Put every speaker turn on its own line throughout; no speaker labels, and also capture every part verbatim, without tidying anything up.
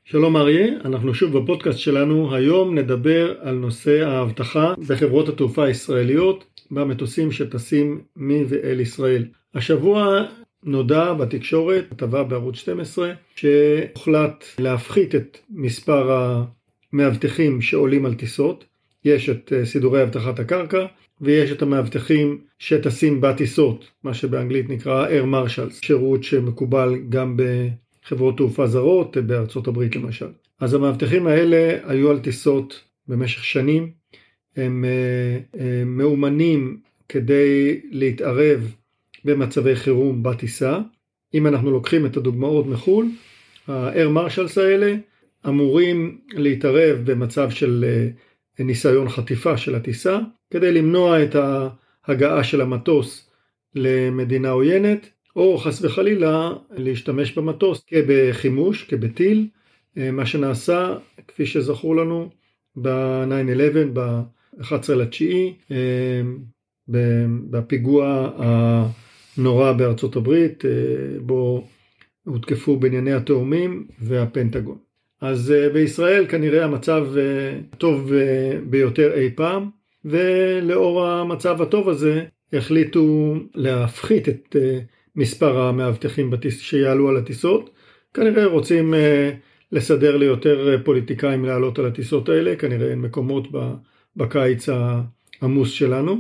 שלום אריה, אנחנו שוב בפודקאסט שלנו. היום נדבר על נושא האבטחה בחברות התעופה הישראליות במטוסים שטסים מ ואל ישראל. השבוע נודע בתקשורת, כתבה בערוץ שתים עשרה, שהוחלט להפחית את מספר המאבטחים שעולים על טיסות. יש את סידורי אבטחת הקרקע ויש את המאבטחים שטסים בטיסות, מה שבאנגלית נקרא Air Marshals, שירות שמקובל גם בחברות תעופה זרות, בארצות הברית למשל. אז המאבטחים האלה היו על טיסות במשך שנים, הם, הם מאומנים כדי להתערב במצבי חירום בטיסה. אם אנחנו לוקחים את הדוגמאות מחול, ה-Air Marshals האלה אמורים להתערב במצב של ניסיון חטיפה של הטיסה, כדי למנוע את ההגעה של המטוס למדינה עוינת, או חס וחלילה להשתמש במטוס כבחימוש, כבטיל, מה שנעשה, כפי שזכור לנו, ב-תשע אחת עשרה, ב-אחד עשר לתשיעי, בפיגוע הנורא בארצות הברית, בו הותקפו בענייני התאומים והפנטגון. אז בישראל כנראה המצב טוב ביותר אי פעם, ולאור המצב הטוב הזה החליטו להפחית את מספר המאבטחים שיעלו על הטיסות. כנראה רוצים לסדר ליותר פוליטיקאים לעלות על הטיסות האלה, כנראה אין מקומות בקיץ העמוס שלנו.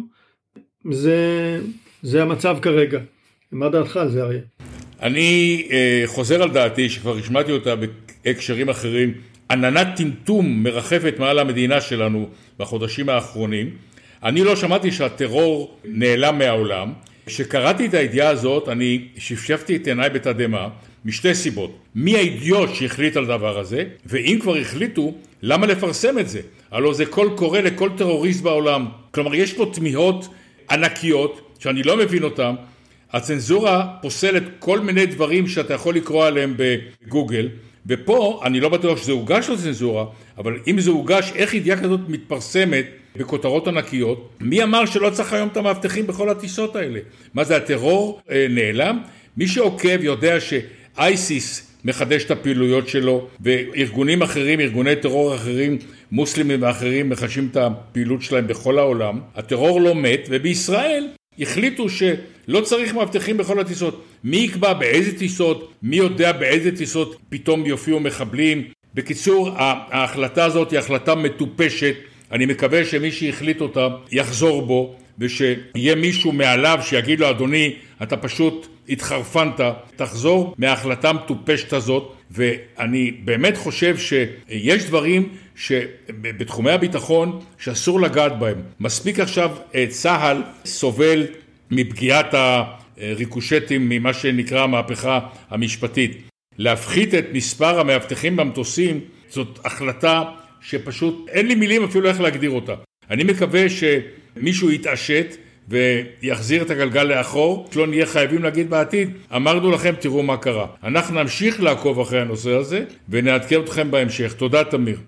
זה, זה המצב כרגע. מה דעתך על זה, אריה?
אני אה, חוזר על דעתי שכבר השמעתי אותה בהקשרים אחרים. עננת טמטום מרחפת מעל המדינה שלנו בחודשים האחרונים. אני לא שמעתי שהטרור נעלם מהעולם. כשקראתי את הידיעה הזאת אני שפשפתי את עיניי בתדהמה משתי סיבות. מי האידיוט שהחליט על דבר הזה, ואם כבר החליטו, למה לפרסם את זה? הלוא זה קול קורא לכל טרוריסט בעולם. כלומר יש פה תמיהות ענקיות שאני לא מבין אותם. הצנזורה פוסלת כל מיני דברים שאתה יכול לקרוא עליהם בגוגל, ופה אני לא בטוח שזה הוגש לצנזורה, אבל אם זה הוגש, איך ידיעה כזאת מתפרסמת בכותרות ענקיות? מי אמר שלא צריך היום את המאבטחים בכל הטיסות האלה? מה זה, הטרור אה, נעלם? מי שעוקב יודע שאייסיס מחדש את הפעילויות שלו, וארגונים אחרים, ארגוני טרור אחרים, מוסלמים ואחרים, מחדשים את הפעילות שלהם בכל העולם. הטרור לא מת, ובישראל החליטו שלא צריך מאבטחים בכל הטיסות. מי יקבע באיזה טיסות? מי יודע באיזה טיסות פתאום יופיעו מחבלים? בקיצור, ההחלטה הזאת היא החלטה מטופשת. אני מקווה שמי שהחליט אותה יחזור בו, ושיהיה מישהו מעליו שיגיד לו, אדוני, אתה פשוט התחרפנת, תחזור מההחלטה המטופשת הזאת. ואני באמת חושב שיש דברים שבתחומי הביטחון שאסור לגעת בהם. מספיק עכשיו צה"ל סובל מפגיעת הריקושטים ממה שנקרא המהפכה המשפטית. להפחית את מספר המאבטחים במטוסים זאת החלטה שפשוט אין לי מילים אפילו איך להגדיר אותה. אני מקווה שמישהו יתעשת ויחזיר את הגלגל לאחור, שלא נהיה חייבים להגיד בעתיד, אמרנו לכם תראו מה קרה. אנחנו נמשיך לעקוב אחרי הנושא הזה ונעדכן אתכם בהמשך. תודה תמיר.